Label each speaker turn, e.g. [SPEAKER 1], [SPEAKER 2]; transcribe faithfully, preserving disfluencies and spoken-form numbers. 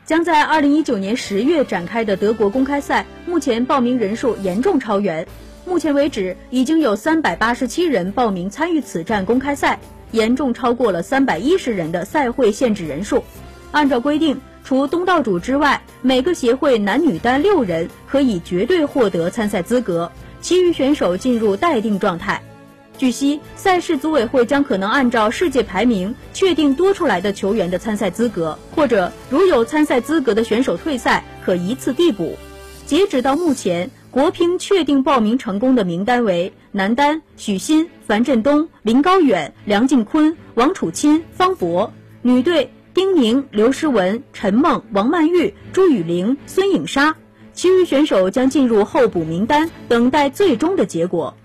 [SPEAKER 1] 将在二零一九年十月展开的德国公开赛，目前报名人数严重超员。目前为止，已经有三百八十七人报名参与此站公开赛，严重超过了三百一十人的赛会限制人数。按照规定，除东道主之外，每个协会男女单六人可以绝对获得参赛资格，其余选手进入待定状态。据悉，赛事组委会将可能按照世界排名确定多出来的球员的参赛资格，或者如有参赛资格的选手退赛，可一次递补。截止到目前，国乒确定报名成功的名单为男单许昕、樊振东、林高远、梁靖昆、王楚钦、方博；女队丁宁、刘诗雯、陈梦、王曼玉、朱雨玲、孙颖莎。其余选手将进入候补名单，等待最终的结果。